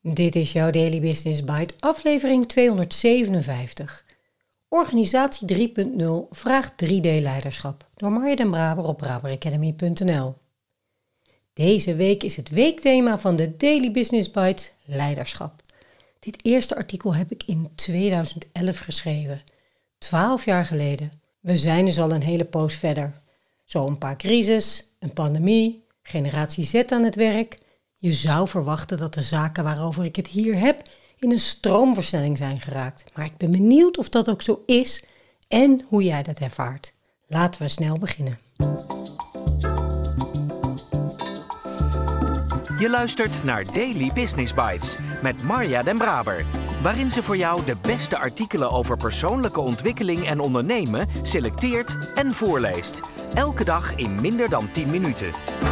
Dit is jouw Daily Business Bite, aflevering 257. Organisatie 3.0 vraagt 3D-leiderschap door Marja den Braber op braberacademy.nl. Deze week is het weekthema van de Daily Business Bite leiderschap. Dit eerste artikel heb ik in 2011 geschreven, 12 jaar geleden. We zijn dus al een hele poos verder. Zo een paar crises, een pandemie, generatie Z aan het werk. Je zou verwachten dat de zaken waarover ik het hier heb in een stroomversnelling zijn geraakt. Maar ik ben benieuwd of dat ook zo is en hoe jij dat ervaart. Laten we snel beginnen. Je luistert naar Daily Business Bites met Marja den Braber, waarin ze voor jou de beste artikelen over persoonlijke ontwikkeling en ondernemen selecteert en voorleest. Elke dag in minder dan 10 minuten.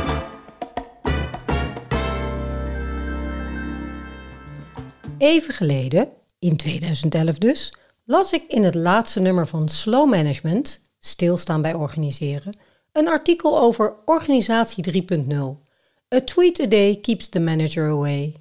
Even geleden, in 2011 dus, las ik in het laatste nummer van Slow Management, Stilstaan bij Organiseren, een artikel over Organisatie 3.0. A tweet a day keeps the manager away.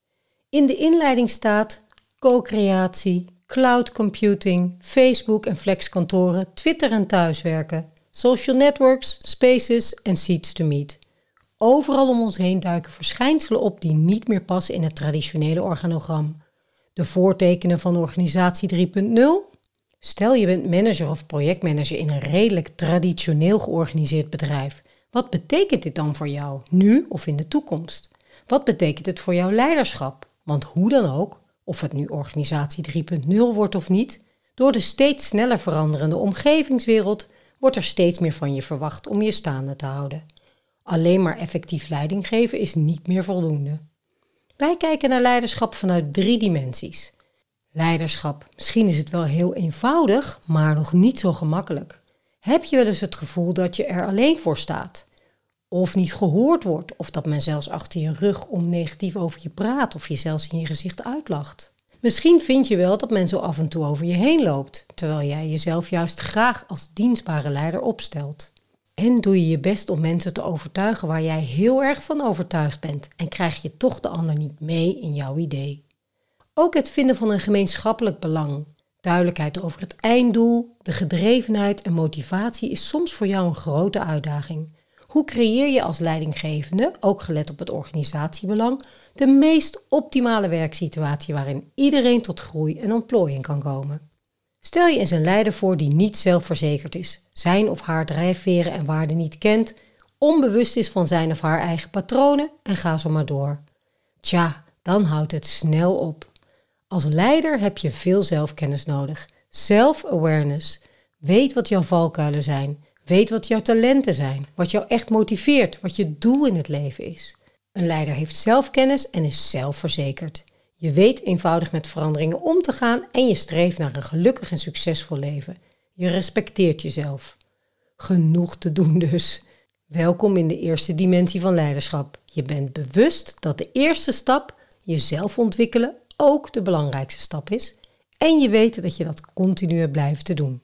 In de inleiding staat co-creatie, cloud computing, Facebook en flexkantoren, Twitter en thuiswerken, social networks, spaces en seats to meet. Overal om ons heen duiken verschijnselen op die niet meer passen in het traditionele organogram. De voortekenen van organisatie 3.0? Stel je bent manager of projectmanager in een redelijk traditioneel georganiseerd bedrijf. Wat betekent dit dan voor jou, nu of in de toekomst? Wat betekent het voor jouw leiderschap? Want hoe dan ook, of het nu organisatie 3.0 wordt of niet, door de steeds sneller veranderende omgevingswereld wordt er steeds meer van je verwacht om je staande te houden. Alleen maar effectief leiding geven is niet meer voldoende. Wij kijken naar leiderschap vanuit 3 dimensies. Leiderschap, misschien is het wel heel eenvoudig, maar nog niet zo gemakkelijk. Heb je wel eens het gevoel dat je er alleen voor staat? Of niet gehoord wordt, of dat men zelfs achter je rug om negatief over je praat of je zelfs in je gezicht uitlacht? Misschien vind je wel dat men zo af en toe over je heen loopt, terwijl jij jezelf juist graag als dienstbare leider opstelt. En doe je je best om mensen te overtuigen waar jij heel erg van overtuigd bent en krijg je toch de ander niet mee in jouw idee. Ook het vinden van een gemeenschappelijk belang, duidelijkheid over het einddoel, de gedrevenheid en motivatie is soms voor jou een grote uitdaging. Hoe creëer je als leidinggevende, ook gelet op het organisatiebelang, de meest optimale werksituatie waarin iedereen tot groei en ontplooiing kan komen? Stel je eens een leider voor die niet zelfverzekerd is, zijn of haar drijfveren en waarden niet kent, onbewust is van zijn of haar eigen patronen en ga zo maar door. Tja, dan houdt het snel op. Als leider heb je veel zelfkennis nodig. Self-awareness. Weet wat jouw valkuilen zijn. Weet wat jouw talenten zijn. Wat jou echt motiveert. Wat je doel in het leven is. Een leider heeft zelfkennis en is zelfverzekerd. Je weet eenvoudig met veranderingen om te gaan en je streeft naar een gelukkig en succesvol leven. Je respecteert jezelf. Genoeg te doen dus. Welkom in de eerste dimensie van leiderschap. Je bent bewust dat de eerste stap, jezelf ontwikkelen, ook de belangrijkste stap is. En je weet dat je dat continu hebt blijven te doen.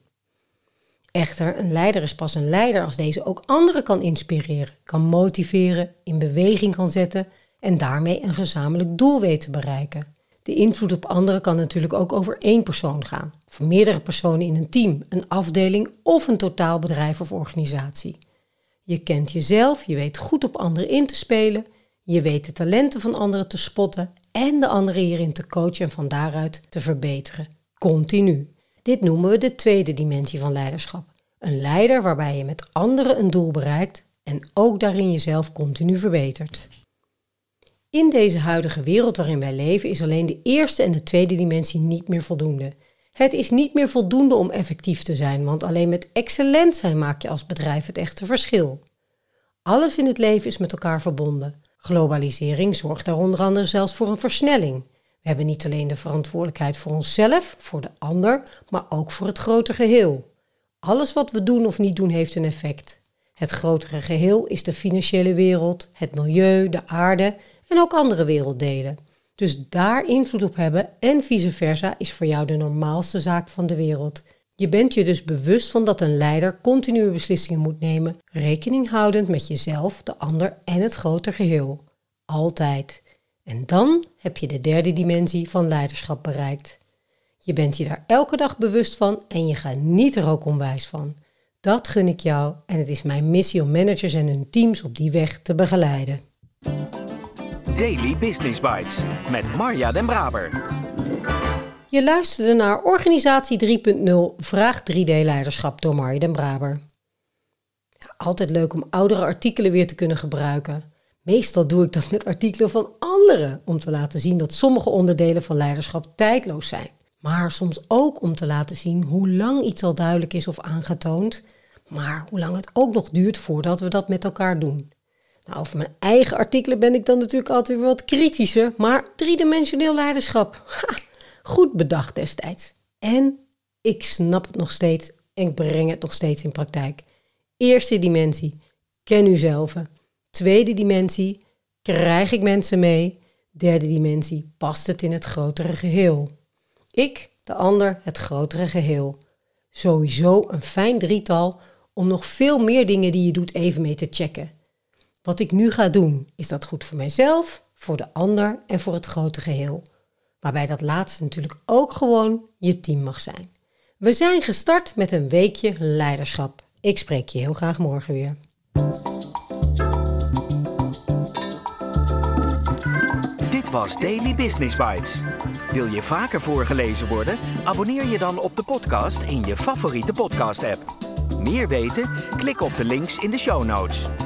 Echter, een leider is pas een leider als deze ook anderen kan inspireren, kan motiveren, in beweging kan zetten en daarmee een gezamenlijk doel weet te bereiken. De invloed op anderen kan natuurlijk ook over 1 persoon gaan, of meerdere personen in een team, een afdeling of een totaal bedrijf of organisatie. Je kent jezelf, je weet goed op anderen in te spelen, je weet de talenten van anderen te spotten en de anderen hierin te coachen en van daaruit te verbeteren. Continu. Dit noemen we de tweede dimensie van leiderschap. Een leider waarbij je met anderen een doel bereikt en ook daarin jezelf continu verbetert. In deze huidige wereld waarin wij leven is alleen de eerste en de tweede dimensie niet meer voldoende. Het is niet meer voldoende om effectief te zijn, want alleen met excellent zijn maak je als bedrijf het echte verschil. Alles in het leven is met elkaar verbonden. Globalisering zorgt daar onder andere zelfs voor een versnelling. We hebben niet alleen de verantwoordelijkheid voor onszelf, voor de ander, maar ook voor het grotere geheel. Alles wat we doen of niet doen heeft een effect. Het grotere geheel is de financiële wereld, het milieu, de aarde en ook andere werelddelen. Dus daar invloed op hebben en vice versa is voor jou de normaalste zaak van de wereld. Je bent je dus bewust van dat een leider continue beslissingen moet nemen, rekening houdend met jezelf, de ander en het groter geheel. Altijd. En dan heb je de derde dimensie van leiderschap bereikt. Je bent je daar elke dag bewust van en je gaat niet er ook onwijs van. Dat gun ik jou en het is mijn missie om managers en hun teams op die weg te begeleiden. Daily Business Bites met Marja Den Braber. Je luisterde naar Organisatie 3.0 Vraag 3D Leiderschap door Marja Den Braber. Altijd leuk om oudere artikelen weer te kunnen gebruiken. Meestal doe ik dat met artikelen van anderen om te laten zien dat sommige onderdelen van leiderschap tijdloos zijn. Maar soms ook om te laten zien hoe lang iets al duidelijk is of aangetoond, maar hoe lang het ook nog duurt voordat we dat met elkaar doen. Nou, over mijn eigen artikelen ben ik dan natuurlijk altijd weer wat kritischer, maar driedimensioneel leiderschap, goed bedacht destijds. En ik snap het nog steeds en ik breng het nog steeds in praktijk. Eerste dimensie, ken uzelf. Tweede dimensie, krijg ik mensen mee. Derde dimensie, past het in het grotere geheel. Ik, de ander, het grotere geheel. Sowieso een fijn drietal om nog veel meer dingen die je doet even mee te checken. Wat ik nu ga doen, is dat goed voor mijzelf, voor de ander en voor het grote geheel. Waarbij dat laatste natuurlijk ook gewoon je team mag zijn. We zijn gestart met een weekje leiderschap. Ik spreek je heel graag morgen weer. Dit was Daily Business Bites. Wil je vaker voorgelezen worden? Abonneer je dan op de podcast in je favoriete podcast-app. Meer weten? Klik op de links in de show notes.